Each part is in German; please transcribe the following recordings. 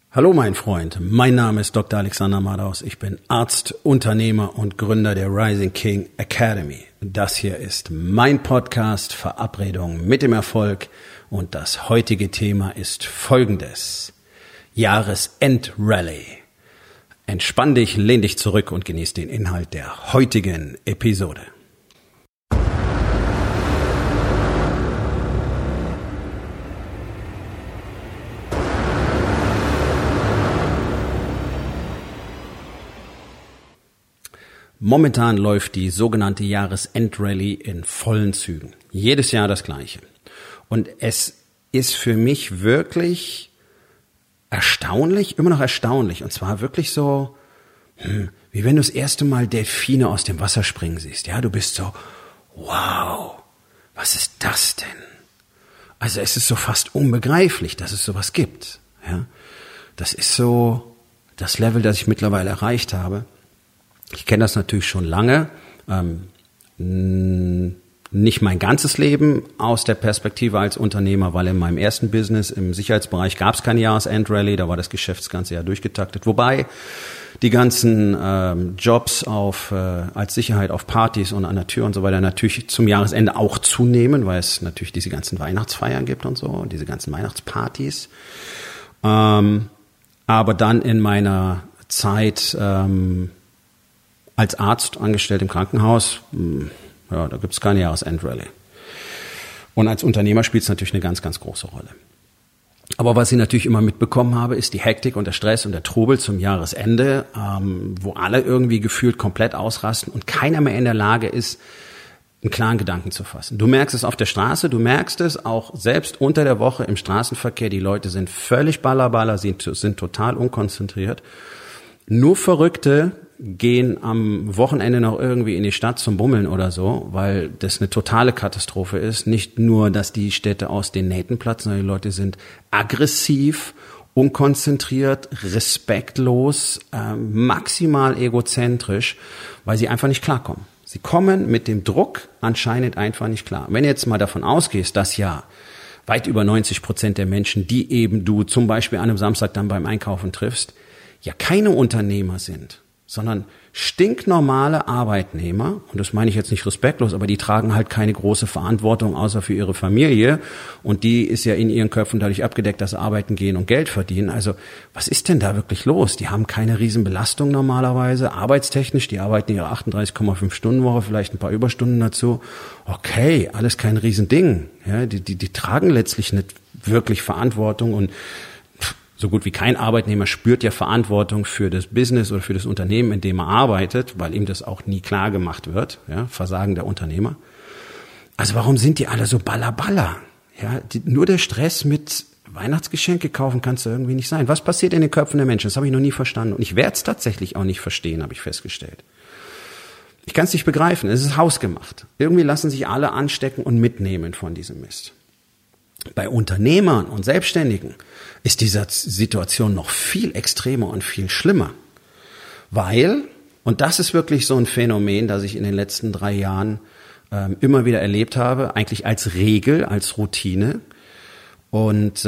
Hallo mein Freund, mein Name ist Dr. Alexander Madaus. Ich bin Arzt, Unternehmer und Gründer der Rising King Academy. Das hier ist mein Podcast Verabredung mit dem Erfolg und das heutige Thema ist folgendes: Jahresendrallye. Entspann dich, lehn dich zurück und genieß den Inhalt der heutigen Episode. Momentan läuft die sogenannte Jahresendrallye in vollen Zügen. Jedes Jahr das Gleiche. Und es ist für mich wirklich erstaunlich, immer noch erstaunlich. Und zwar wirklich so, wie wenn du das erste Mal Delfine aus dem Wasser springen siehst. Ja, du bist so, wow, was ist das denn? Also es ist so fast unbegreiflich, dass es sowas gibt. Ja, das ist so das Level, das ich mittlerweile erreicht habe. Ich kenne das natürlich schon lange, nicht mein ganzes Leben aus der Perspektive als Unternehmer, weil in meinem ersten Business im Sicherheitsbereich gab es keine Jahresendrallye, da war das Geschäft das ganze Jahr durchgetaktet. Wobei die ganzen Jobs als Sicherheit auf Partys und an der Tür und so weiter natürlich zum Jahresende auch zunehmen, weil es natürlich diese ganzen Weihnachtsfeiern gibt und so, und diese ganzen Weihnachtspartys. Aber dann in meiner Zeit als Arzt angestellt im Krankenhaus, ja, da gibt es keine Jahresendrallye. Und als Unternehmer spielt es natürlich eine ganz, ganz große Rolle. Aber was ich natürlich immer mitbekommen habe, ist die Hektik und der Stress und der Trubel zum Jahresende, wo alle irgendwie gefühlt komplett ausrasten und keiner mehr in der Lage ist, einen klaren Gedanken zu fassen. Du merkst es auf der Straße, du merkst es auch selbst unter der Woche im Straßenverkehr. Die Leute sind völlig ballerballer, sind total unkonzentriert. Nur Verrückte gehen am Wochenende noch irgendwie in die Stadt zum Bummeln oder so, weil das eine totale Katastrophe ist. Nicht nur, dass die Städte aus den Nähten platzen, sondern die Leute sind aggressiv, unkonzentriert, respektlos, maximal egozentrisch, weil sie einfach nicht klarkommen. Sie kommen mit dem Druck anscheinend einfach nicht klar. Wenn du jetzt mal davon ausgehst, dass ja weit über 90% der Menschen, die eben du zum Beispiel an einem Samstag dann beim Einkaufen triffst, ja keine Unternehmer sind, sondern stinknormale Arbeitnehmer, und das meine ich jetzt nicht respektlos, aber die tragen halt keine große Verantwortung außer für ihre Familie, und die ist ja in ihren Köpfen dadurch abgedeckt, dass sie arbeiten gehen und Geld verdienen. Also was ist denn da wirklich los? Die haben keine Riesenbelastung normalerweise, arbeitstechnisch, die arbeiten ihre 38,5-Stunden-Woche, vielleicht ein paar Überstunden dazu. Okay, alles kein Riesending. Ja, die tragen letztlich nicht wirklich Verantwortung, und so gut wie kein Arbeitnehmer spürt ja Verantwortung für das Business oder für das Unternehmen, in dem er arbeitet, weil ihm das auch nie klar gemacht wird. Ja, Versagen der Unternehmer. Also warum sind die alle so ballerballer? Ja, nur der Stress mit Weihnachtsgeschenke kaufen kannst du irgendwie nicht sein. Was passiert in den Köpfen der Menschen? Das habe ich noch nie verstanden. Und ich werde es tatsächlich auch nicht verstehen, habe ich festgestellt. Ich kann es nicht begreifen. Es ist hausgemacht. Irgendwie lassen sich alle anstecken und mitnehmen von diesem Mist. Bei Unternehmern und Selbstständigen ist diese Situation noch viel extremer und viel schlimmer, weil, und das ist wirklich so ein Phänomen, das ich in den letzten 3 Jahren immer wieder erlebt habe, eigentlich als Regel, als Routine, und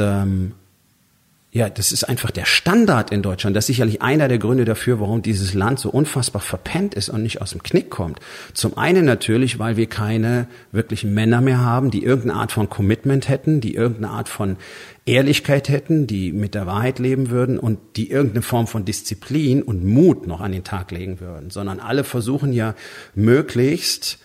ja, das ist einfach der Standard in Deutschland. Das ist sicherlich einer der Gründe dafür, warum dieses Land so unfassbar verpennt ist und nicht aus dem Knick kommt. Zum einen natürlich, weil wir keine wirklichen Männer mehr haben, die irgendeine Art von Commitment hätten, die irgendeine Art von Ehrlichkeit hätten, die mit der Wahrheit leben würden und die irgendeine Form von Disziplin und Mut noch an den Tag legen würden. Sondern alle versuchen ja möglichst,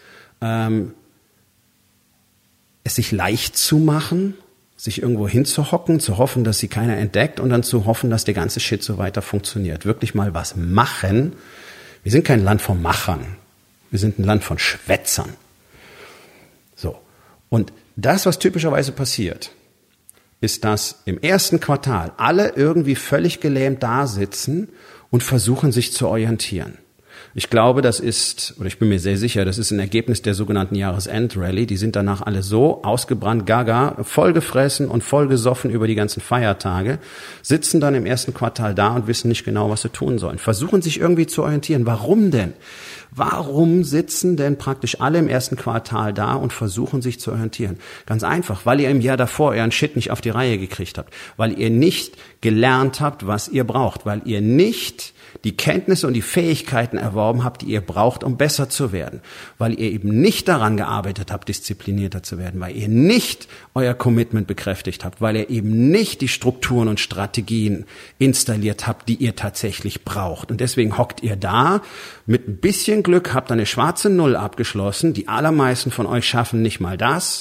es sich leicht zu machen, sich irgendwo hinzuhocken, zu hoffen, dass sie keiner entdeckt, und dann zu hoffen, dass der ganze Shit so weiter funktioniert. Wirklich mal was machen. Wir sind kein Land von Machern. Wir sind ein Land von Schwätzern. So. Und das, was typischerweise passiert, ist, dass im ersten Quartal alle irgendwie völlig gelähmt da sitzen und versuchen, sich zu orientieren. Ich glaube, ich bin mir sehr sicher, das ist ein Ergebnis der sogenannten Jahresend-Rallye. Die sind danach alle so ausgebrannt, gaga, vollgefressen und vollgesoffen über die ganzen Feiertage, sitzen dann im ersten Quartal da und wissen nicht genau, was sie tun sollen. Versuchen sich irgendwie zu orientieren. Warum denn? Warum sitzen denn praktisch alle im ersten Quartal da und versuchen sich zu orientieren? Ganz einfach, weil ihr im Jahr davor euren Shit nicht auf die Reihe gekriegt habt, weil ihr nicht gelernt habt, was ihr braucht, weil ihr nicht die Kenntnisse und die Fähigkeiten erworben habt, die ihr braucht, um besser zu werden, weil ihr eben nicht daran gearbeitet habt, disziplinierter zu werden, weil ihr nicht euer Commitment bekräftigt habt, weil ihr eben nicht die Strukturen und Strategien installiert habt, die ihr tatsächlich braucht. Und deswegen hockt ihr da, mit ein bisschen Glück habt eine schwarze Null abgeschlossen, die allermeisten von euch schaffen nicht mal das.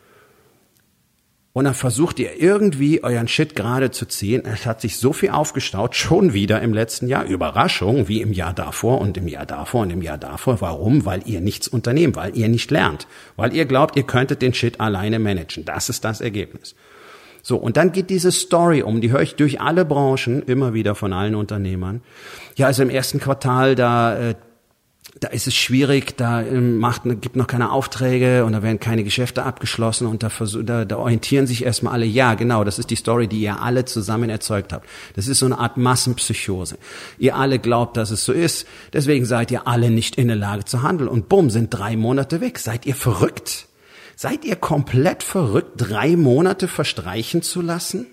Und dann versucht ihr irgendwie euren Shit gerade zu ziehen. Es hat sich so viel aufgestaut, schon wieder im letzten Jahr. Überraschung, wie im Jahr davor und im Jahr davor und im Jahr davor. Warum? Weil ihr nichts unternehmt, weil ihr nicht lernt. Weil ihr glaubt, ihr könntet den Shit alleine managen. Das ist das Ergebnis. So, und dann geht diese Story um, die höre ich durch alle Branchen, immer wieder von allen Unternehmern. Ja, also im ersten Quartal, da ist es schwierig, da gibt noch keine Aufträge und da werden keine Geschäfte abgeschlossen und da orientieren sich erstmal alle. Ja, genau, das ist die Story, die ihr alle zusammen erzeugt habt. Das ist so eine Art Massenpsychose. Ihr alle glaubt, dass es so ist, deswegen seid ihr alle nicht in der Lage zu handeln und bumm, sind 3 Monate weg. Seid ihr verrückt? Seid ihr komplett verrückt, 3 Monate verstreichen zu lassen?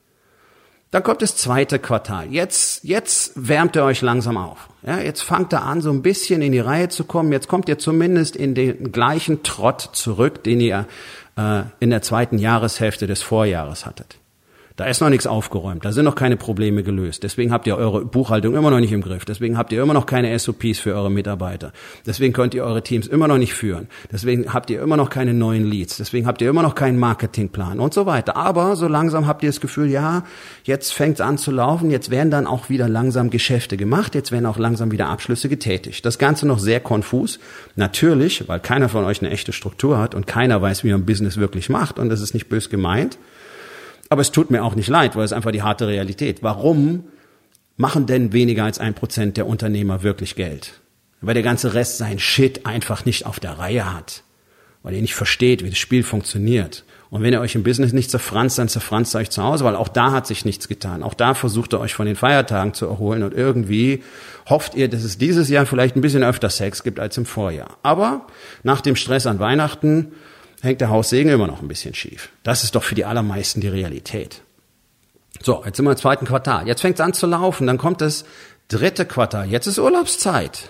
Dann kommt das zweite Quartal. Jetzt wärmt ihr euch langsam auf. Ja, jetzt fangt ihr an, so ein bisschen in die Reihe zu kommen. Jetzt kommt ihr zumindest in den gleichen Trott zurück, den ihr in der zweiten Jahreshälfte des Vorjahres hattet. Da ist noch nichts aufgeräumt, da sind noch keine Probleme gelöst. Deswegen habt ihr eure Buchhaltung immer noch nicht im Griff. Deswegen habt ihr immer noch keine SOPs für eure Mitarbeiter. Deswegen könnt ihr eure Teams immer noch nicht führen. Deswegen habt ihr immer noch keine neuen Leads. Deswegen habt ihr immer noch keinen Marketingplan und so weiter. Aber so langsam habt ihr das Gefühl, ja, jetzt fängt's an zu laufen. Jetzt werden dann auch wieder langsam Geschäfte gemacht. Jetzt werden auch langsam wieder Abschlüsse getätigt. Das Ganze noch sehr konfus. Natürlich, weil keiner von euch eine echte Struktur hat und keiner weiß, wie man Business wirklich macht. Und das ist nicht bös gemeint. Aber es tut mir auch nicht leid, weil es einfach die harte Realität. Warum machen denn weniger als 1% der Unternehmer wirklich Geld? Weil der ganze Rest seinen Shit einfach nicht auf der Reihe hat. Weil ihr nicht versteht, wie das Spiel funktioniert. Und wenn ihr euch im Business nicht zerfranst, dann zerfranst ihr euch zu Hause, weil auch da hat sich nichts getan. Auch da versucht ihr euch von den Feiertagen zu erholen und irgendwie hofft ihr, dass es dieses Jahr vielleicht ein bisschen öfter Sex gibt als im Vorjahr. Aber nach dem Stress an Weihnachten hängt der Haussegen immer noch ein bisschen schief. Das ist doch für die allermeisten die Realität. So, jetzt sind wir im zweiten Quartal. Jetzt fängt es an zu laufen, dann kommt das dritte Quartal. Jetzt ist Urlaubszeit.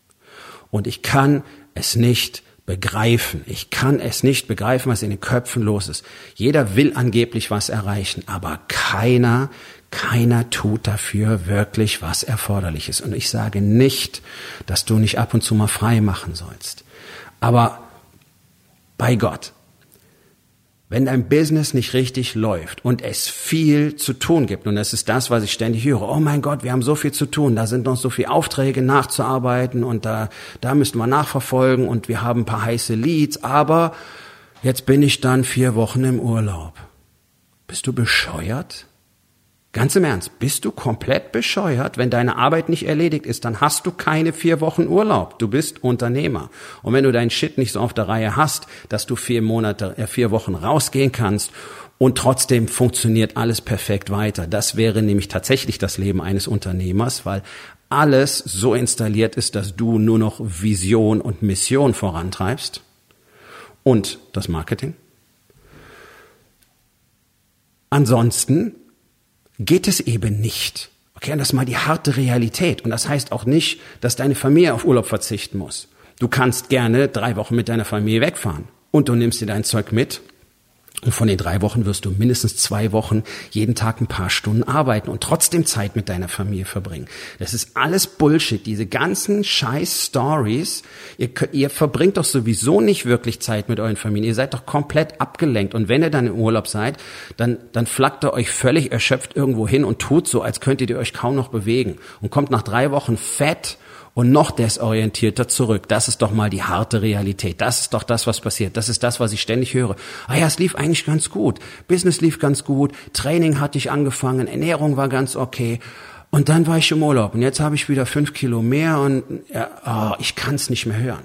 Und ich kann es nicht begreifen. Ich kann es nicht begreifen, was in den Köpfen los ist. Jeder will angeblich was erreichen, aber keiner tut dafür wirklich, was erforderlich ist. Und ich sage nicht, dass du nicht ab und zu mal frei machen sollst. Aber bei Gott, wenn dein Business nicht richtig läuft und es viel zu tun gibt, und das ist das, was ich ständig höre, oh mein Gott, wir haben so viel zu tun, da sind noch so viele Aufträge nachzuarbeiten und da müssen wir nachverfolgen und wir haben ein paar heiße Leads, aber jetzt bin ich dann 4 Wochen im Urlaub. Bist du bescheuert? Ganz im Ernst, bist du komplett bescheuert? Wenn deine Arbeit nicht erledigt ist, dann hast du keine 4 Wochen Urlaub. Du bist Unternehmer. Und wenn du deinen Shit nicht so auf der Reihe hast, dass du 4 Wochen rausgehen kannst und trotzdem funktioniert alles perfekt weiter. Das wäre nämlich tatsächlich das Leben eines Unternehmers, weil alles so installiert ist, dass du nur noch Vision und Mission vorantreibst und das Marketing. Ansonsten geht es eben nicht. Okay, und das ist mal die harte Realität. Und das heißt auch nicht, dass deine Familie auf Urlaub verzichten muss. Du kannst gerne 3 Wochen mit deiner Familie wegfahren. Und du nimmst dir dein Zeug mit. Und von den 3 Wochen wirst du mindestens 2 Wochen jeden Tag ein paar Stunden arbeiten und trotzdem Zeit mit deiner Familie verbringen. Das ist alles Bullshit. Diese ganzen Scheiß-Stories. Ihr verbringt doch sowieso nicht wirklich Zeit mit euren Familien. Ihr seid doch komplett abgelenkt. Und wenn ihr dann im Urlaub seid, dann flackt ihr euch völlig erschöpft irgendwo hin und tut so, als könntet ihr euch kaum noch bewegen. Und kommt nach 3 Wochen fett und noch desorientierter zurück. Das ist doch mal die harte Realität. Das ist doch das, was passiert. Das ist das, was ich ständig höre. Ah ja, es lief eigentlich ganz gut. Business lief ganz gut. Training hatte ich angefangen. Ernährung war ganz okay. Und dann war ich im Urlaub und jetzt habe ich wieder 5 Kilo mehr und ich kann es nicht mehr hören.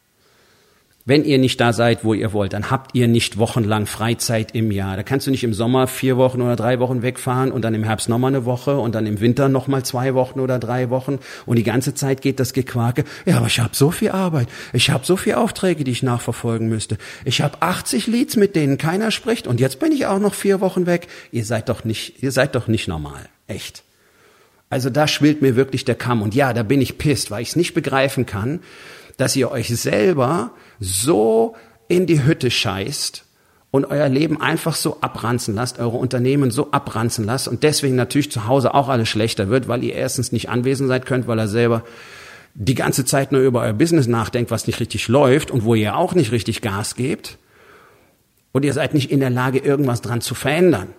Wenn ihr nicht da seid, wo ihr wollt, dann habt ihr nicht wochenlang Freizeit im Jahr. Da kannst du nicht im Sommer 4 Wochen oder 3 Wochen wegfahren und dann im Herbst nochmal eine Woche und dann im Winter nochmal 2 Wochen oder 3 Wochen und die ganze Zeit geht das Gequake. Ja, aber ich habe so viel Arbeit. Ich habe so viele Aufträge, die ich nachverfolgen müsste. Ich habe 80 Leads, mit denen keiner spricht und jetzt bin ich auch noch 4 Wochen weg. Ihr seid doch nicht normal. Echt. Also da schwillt mir wirklich der Kamm und ja, da bin ich pisst, weil ich es nicht begreifen kann, dass ihr euch selber so in die Hütte scheißt und euer Leben einfach so abranzen lasst, eure Unternehmen so abranzen lasst und deswegen natürlich zu Hause auch alles schlechter wird, weil ihr erstens nicht anwesend sein könnt, weil ihr selber die ganze Zeit nur über euer Business nachdenkt, was nicht richtig läuft und wo ihr auch nicht richtig Gas gebt und ihr seid nicht in der Lage, irgendwas dran zu verändern.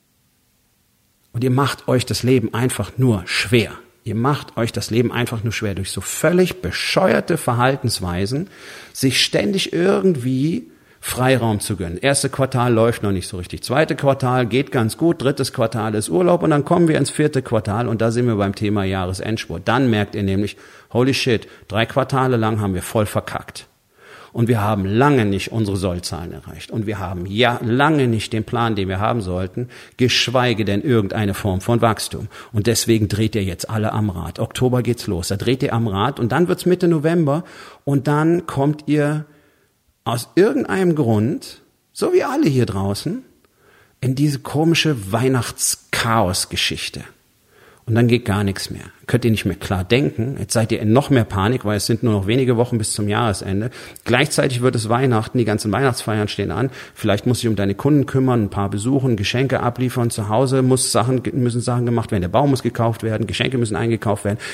Und ihr macht euch das Leben einfach nur schwer. Ihr macht euch das Leben einfach nur schwer durch so völlig bescheuerte Verhaltensweisen, sich ständig irgendwie Freiraum zu gönnen. 1. Quartal läuft noch nicht so richtig. 2. Quartal geht ganz gut. 3. Quartal ist Urlaub und dann kommen wir ins 4. Quartal und da sind wir beim Thema Jahresendspurt. Dann merkt ihr nämlich, holy shit, 3 Quartale lang haben wir voll verkackt. Und wir haben lange nicht unsere Sollzahlen erreicht. Und wir haben ja lange nicht den Plan, den wir haben sollten, geschweige denn irgendeine Form von Wachstum. Und deswegen dreht ihr jetzt alle am Rad. Oktober geht's los. Da dreht ihr am Rad und dann wird's Mitte November und dann kommt ihr aus irgendeinem Grund, so wie alle hier draußen, in diese komische Weihnachtschaos-Geschichte. Und dann geht gar nichts mehr. Könnt ihr nicht mehr klar denken. Jetzt seid ihr in noch mehr Panik, weil es sind nur noch wenige Wochen bis zum Jahresende. Gleichzeitig wird es Weihnachten, die ganzen Weihnachtsfeiern stehen an. Vielleicht musst du dich um deine Kunden kümmern, ein paar besuchen, Geschenke abliefern. Zu Hause müssen Sachen gemacht werden. Der Baum muss gekauft werden, Geschenke müssen eingekauft werden.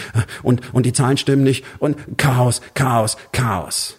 Und die Zahlen stimmen nicht. Und Chaos, Chaos, Chaos.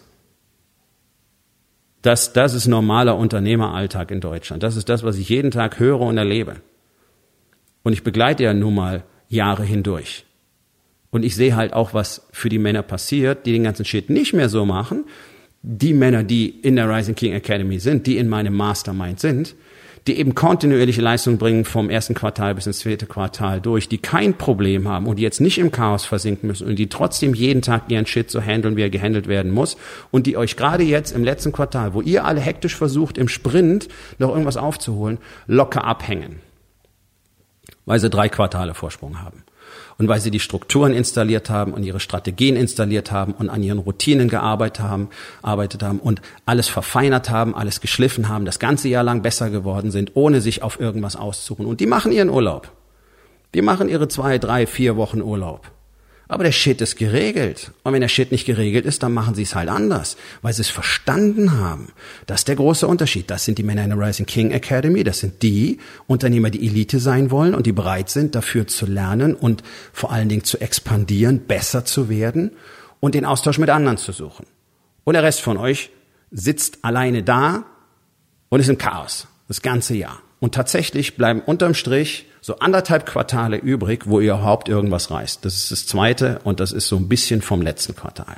Das ist normaler Unternehmeralltag in Deutschland. Das ist das, was ich jeden Tag höre und erlebe. Und ich begleite ja nun mal Jahre hindurch. Und ich sehe halt auch, was für die Männer passiert, die den ganzen Shit nicht mehr so machen. Die Männer, die in der Rising King Academy sind, die in meinem Mastermind sind, die eben kontinuierliche Leistung bringen vom 1. Quartal bis ins 4. Quartal durch, die kein Problem haben und die jetzt nicht im Chaos versinken müssen und die trotzdem jeden Tag ihren Shit so handeln, wie er gehandelt werden muss und die euch gerade jetzt im letzten Quartal, wo ihr alle hektisch versucht, im Sprint noch irgendwas aufzuholen, locker abhängen. Weil sie 3 Quartale Vorsprung haben. Und weil sie die Strukturen installiert haben und ihre Strategien installiert haben und an ihren Routinen gearbeitet haben und alles verfeinert haben, alles geschliffen haben, das ganze Jahr lang besser geworden sind, ohne sich auf irgendwas auszuruhen. Und die machen ihren Urlaub. Die machen ihre 2, 3, 4 Wochen Urlaub. Aber der Shit ist geregelt. Und wenn der Shit nicht geregelt ist, dann machen sie es halt anders, weil sie es verstanden haben. Das ist der große Unterschied. Das sind die Männer in der Rising King Academy. Das sind die Unternehmer, die Elite sein wollen und die bereit sind, dafür zu lernen und vor allen Dingen zu expandieren, besser zu werden und den Austausch mit anderen zu suchen. Und der Rest von euch sitzt alleine da und ist im Chaos. Das ganze Jahr. Und tatsächlich bleiben unterm Strich so 1,5 Quartale übrig, wo ihr überhaupt irgendwas reißt. Das ist das 2. und das ist so ein bisschen vom letzten Quartal.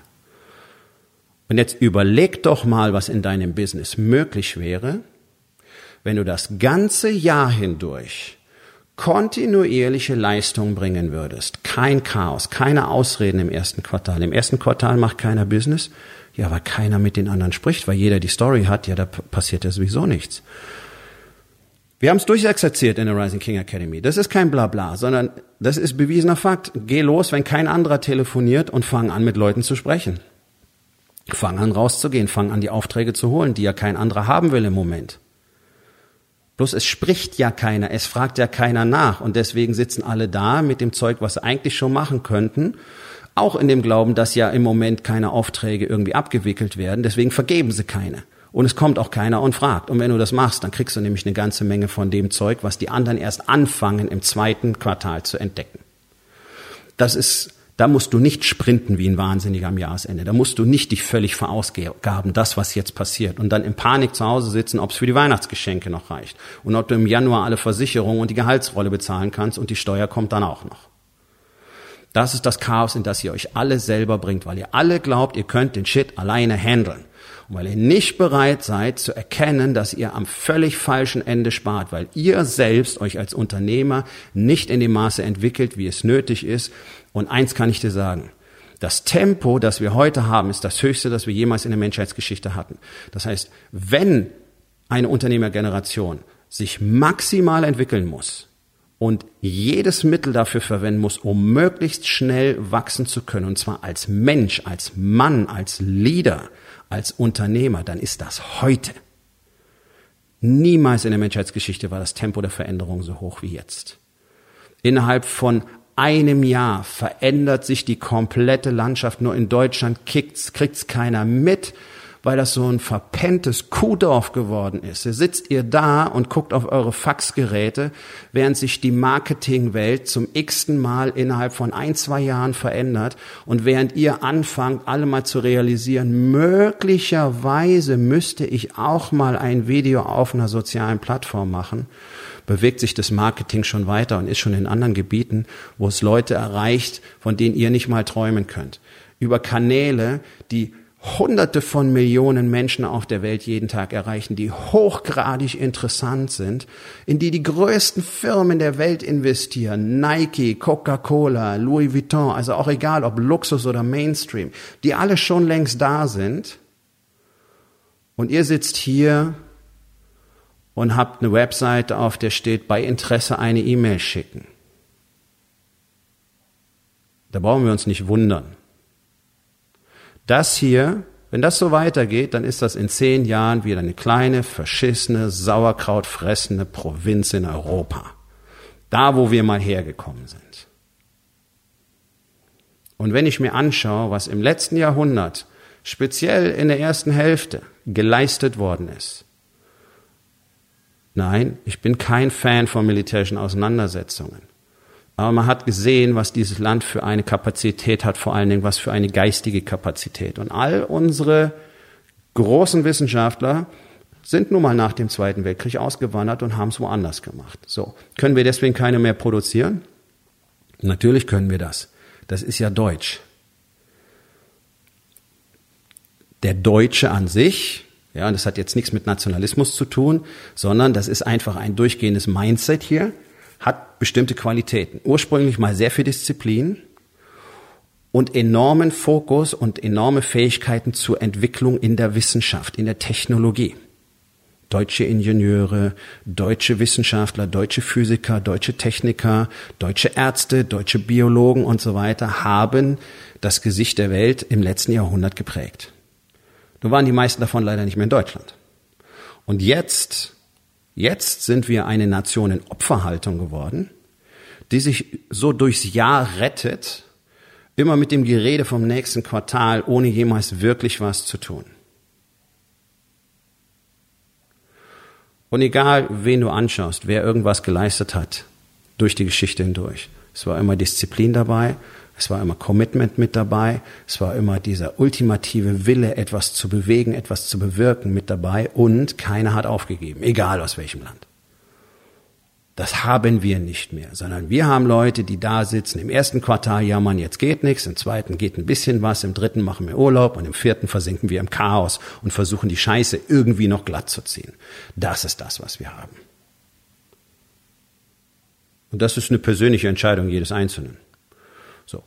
Und jetzt überleg doch mal, was in deinem Business möglich wäre, wenn du das ganze Jahr hindurch kontinuierliche Leistung bringen würdest. Kein Chaos, keine Ausreden im 1. Quartal. Im 1. Quartal macht keiner Business, ja, weil keiner mit den anderen spricht, weil jeder die Story hat, ja, da passiert ja sowieso nichts. Wir haben es durchexerziert in der Rising King Academy. Das ist kein Blabla, sondern das ist bewiesener Fakt. Geh los, wenn kein anderer telefoniert und fang an, mit Leuten zu sprechen. Fang an, rauszugehen, fang an, die Aufträge zu holen, die ja kein anderer haben will im Moment. Bloß es spricht ja keiner, es fragt ja keiner nach und deswegen sitzen alle da mit dem Zeug, was sie eigentlich schon machen könnten, auch in dem Glauben, dass ja im Moment keine Aufträge irgendwie abgewickelt werden, deswegen vergeben sie keine. Und es kommt auch keiner und fragt. Und wenn du das machst, dann kriegst du nämlich eine ganze Menge von dem Zeug, was die anderen erst anfangen, im 2. Quartal zu entdecken. Da musst du nicht sprinten wie ein Wahnsinniger am Jahresende. Da musst du nicht dich völlig verausgaben, das, was jetzt passiert. Und dann in Panik zu Hause sitzen, ob es für die Weihnachtsgeschenke noch reicht. Und ob du im Januar alle Versicherungen und die Gehaltsrolle bezahlen kannst und die Steuer kommt dann auch noch. Das ist das Chaos, in das ihr euch alle selber bringt, weil ihr alle glaubt, ihr könnt den Shit alleine handeln. Und weil ihr nicht bereit seid zu erkennen, dass ihr am völlig falschen Ende spart, weil ihr selbst euch als Unternehmer nicht in dem Maße entwickelt, wie es nötig ist. Und eins kann ich dir sagen: Das Tempo, das wir heute haben, ist das höchste, das wir jemals in der Menschheitsgeschichte hatten. Das heißt, wenn eine Unternehmergeneration sich maximal entwickeln muss und jedes Mittel dafür verwenden muss, um möglichst schnell wachsen zu können, und zwar als Mensch, als Mann, als Leader, als Unternehmer, dann ist das heute. Niemals in der Menschheitsgeschichte war das Tempo der Veränderung so hoch wie jetzt. Innerhalb von einem Jahr verändert sich die komplette Landschaft. Nur in Deutschland kriegt's keiner mit, weil das so ein verpenntes Kuhdorf geworden ist. Da sitzt ihr da und guckt auf eure Faxgeräte, während sich die Marketingwelt zum x-ten Mal innerhalb von 1-2 Jahren verändert und während ihr anfangt, alle mal zu realisieren, möglicherweise müsste ich auch mal ein Video auf einer sozialen Plattform machen, bewegt sich das Marketing schon weiter und ist schon in anderen Gebieten, wo es Leute erreicht, von denen ihr nicht mal träumen könnt. Über Kanäle, die Hunderte von Millionen Menschen auf der Welt jeden Tag erreichen, die hochgradig interessant sind, in die größten Firmen der Welt investieren, Nike, Coca-Cola, Louis Vuitton, also auch egal, ob Luxus oder Mainstream, die alle schon längst da sind. Und ihr sitzt hier und habt eine Webseite, auf der steht, bei Interesse eine E-Mail schicken. Da brauchen wir uns nicht wundern. Das hier, wenn das so weitergeht, dann ist das in 10 Jahren wieder eine kleine, verschissene, sauerkrautfressende Provinz in Europa. Da, wo wir mal hergekommen sind. Und wenn ich mir anschaue, was im letzten Jahrhundert, speziell in der ersten Hälfte, geleistet worden ist. Nein, ich bin kein Fan von militärischen Auseinandersetzungen. Aber man hat gesehen, was dieses Land für eine Kapazität hat, vor allen Dingen was für eine geistige Kapazität. Und all unsere großen Wissenschaftler sind nun mal nach dem Zweiten Weltkrieg ausgewandert und haben es woanders gemacht. So, können wir deswegen keine mehr produzieren? Natürlich können wir das. Das ist ja Deutsch. Der Deutsche an sich, ja, und das hat jetzt nichts mit Nationalismus zu tun, sondern das ist einfach ein durchgehendes Mindset hier, hat bestimmte Qualitäten. Ursprünglich mal sehr viel Disziplin und enormen Fokus und enorme Fähigkeiten zur Entwicklung in der Wissenschaft, in der Technologie. Deutsche Ingenieure, deutsche Wissenschaftler, deutsche Physiker, deutsche Techniker, deutsche Ärzte, deutsche Biologen und so weiter haben das Gesicht der Welt im letzten Jahrhundert geprägt. Nun waren die meisten davon leider nicht mehr in Deutschland. Und jetzt sind wir eine Nation in Opferhaltung geworden, die sich so durchs Jahr rettet, immer mit dem Gerede vom nächsten Quartal, ohne jemals wirklich was zu tun. Und egal, wen du anschaust, wer irgendwas geleistet hat, durch die Geschichte hindurch, es war immer Disziplin dabei, es war immer Commitment mit dabei, es war immer dieser ultimative Wille, etwas zu bewegen, etwas zu bewirken mit dabei und keiner hat aufgegeben, egal aus welchem Land. Das haben wir nicht mehr, sondern wir haben Leute, die da sitzen, im ersten Quartal jammern, jetzt geht nichts, im zweiten geht ein bisschen was, im dritten machen wir Urlaub und im vierten versinken wir im Chaos und versuchen die Scheiße irgendwie noch glatt zu ziehen. Das ist das, was wir haben. Und das ist eine persönliche Entscheidung jedes Einzelnen. So.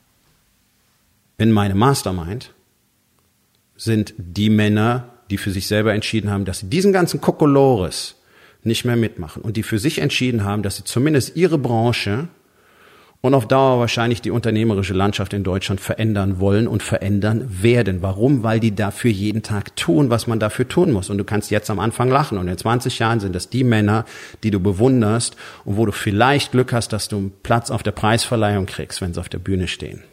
In meinem Mastermind sind die Männer, die für sich selber entschieden haben, dass sie diesen ganzen Kokolores nicht mehr mitmachen und die für sich entschieden haben, dass sie zumindest ihre Branche und auf Dauer wahrscheinlich die unternehmerische Landschaft in Deutschland verändern wollen und verändern werden. Warum? Weil die dafür jeden Tag tun, was man dafür tun muss. Und du kannst jetzt am Anfang lachen. Und in 20 Jahren sind das die Männer, die du bewunderst und wo du vielleicht Glück hast, dass du einen Platz auf der Preisverleihung kriegst, wenn sie auf der Bühne stehen.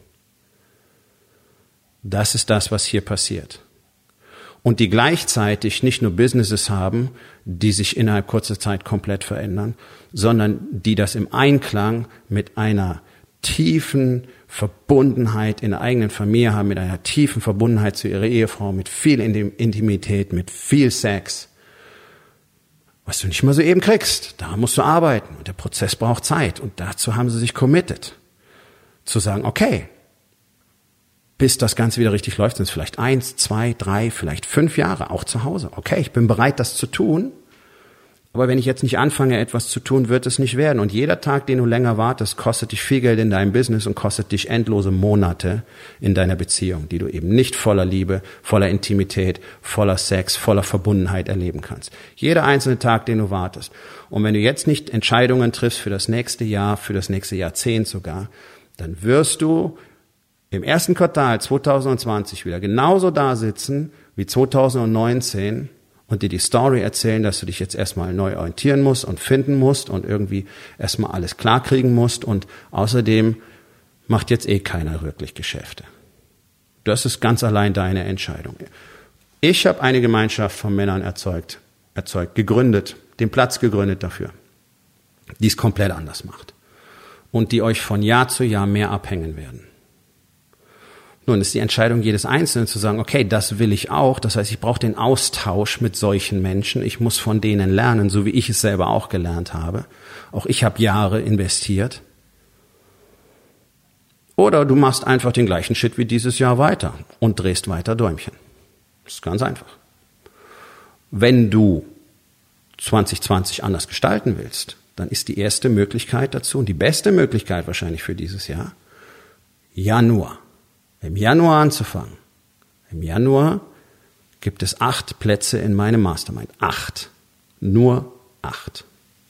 Das ist das, was hier passiert. Und die gleichzeitig nicht nur Businesses haben, die sich innerhalb kurzer Zeit komplett verändern, sondern die das im Einklang mit einer tiefen Verbundenheit in der eigenen Familie haben, mit einer tiefen Verbundenheit zu ihrer Ehefrau, mit viel Intimität, mit viel Sex, was du nicht mal so eben kriegst. Da musst du arbeiten und der Prozess braucht Zeit und dazu haben sie sich committed. zu sagen, okay, bis das Ganze wieder richtig läuft, sind es vielleicht 1, 2, 3, vielleicht 5 Jahre, auch zu Hause. Okay, ich bin bereit, das zu tun. Aber wenn ich jetzt nicht anfange, etwas zu tun, wird es nicht werden. Und jeder Tag, den du länger wartest, kostet dich viel Geld in deinem Business und kostet dich endlose Monate in deiner Beziehung, die du eben nicht voller Liebe, voller Intimität, voller Sex, voller Verbundenheit erleben kannst. Jeder einzelne Tag, den du wartest. Und wenn du jetzt nicht Entscheidungen triffst für das nächste Jahr, für das nächste Jahrzehnt sogar, dann wirst du im ersten Quartal 2020 wieder genauso da sitzen wie 2019 und dir die Story erzählen, dass du dich jetzt erstmal neu orientieren musst und finden musst und irgendwie erstmal alles klarkriegen musst und außerdem macht jetzt eh keiner wirklich Geschäfte. Das ist ganz allein deine Entscheidung. Ich habe eine Gemeinschaft von Männern gegründet, den Platz gegründet dafür, die es komplett anders macht und die euch von Jahr zu Jahr mehr abhängen werden. Nun ist die Entscheidung jedes Einzelnen zu sagen, okay, das will ich auch. Das heißt, ich brauche den Austausch mit solchen Menschen. Ich muss von denen lernen, so wie ich es selber auch gelernt habe. Auch ich habe Jahre investiert. Oder du machst einfach den gleichen Shit wie dieses Jahr weiter und drehst weiter Däumchen. Das ist ganz einfach. Wenn du 2020 anders gestalten willst, dann ist die erste Möglichkeit dazu und die beste Möglichkeit wahrscheinlich für dieses Jahr Januar. Im Januar anzufangen. Im Januar gibt es 8 Plätze in meinem Mastermind. 8. Nur 8.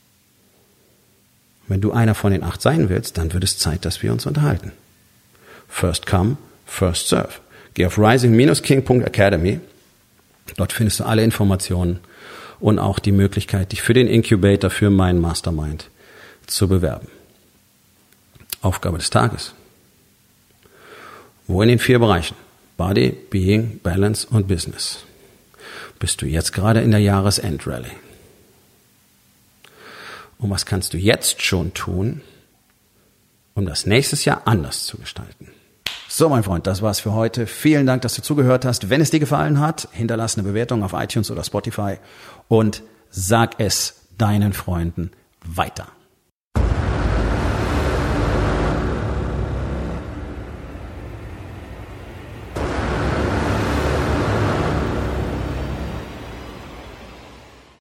Wenn du einer von den 8 sein willst, dann wird es Zeit, dass wir uns unterhalten. First come, first serve. Geh auf rising-king.academy. Dort findest du alle Informationen und auch die Möglichkeit, dich für den Incubator, für meinen Mastermind zu bewerben. Aufgabe des Tages. Wo in den 4 Bereichen Body, Being, Balance und Business bist du jetzt gerade in der Jahresendrallye? Und was kannst du jetzt schon tun, um das nächstes Jahr anders zu gestalten? So, mein Freund, das war's für heute. Vielen Dank, dass du zugehört hast. Wenn es dir gefallen hat, hinterlass eine Bewertung auf iTunes oder Spotify und sag es deinen Freunden weiter.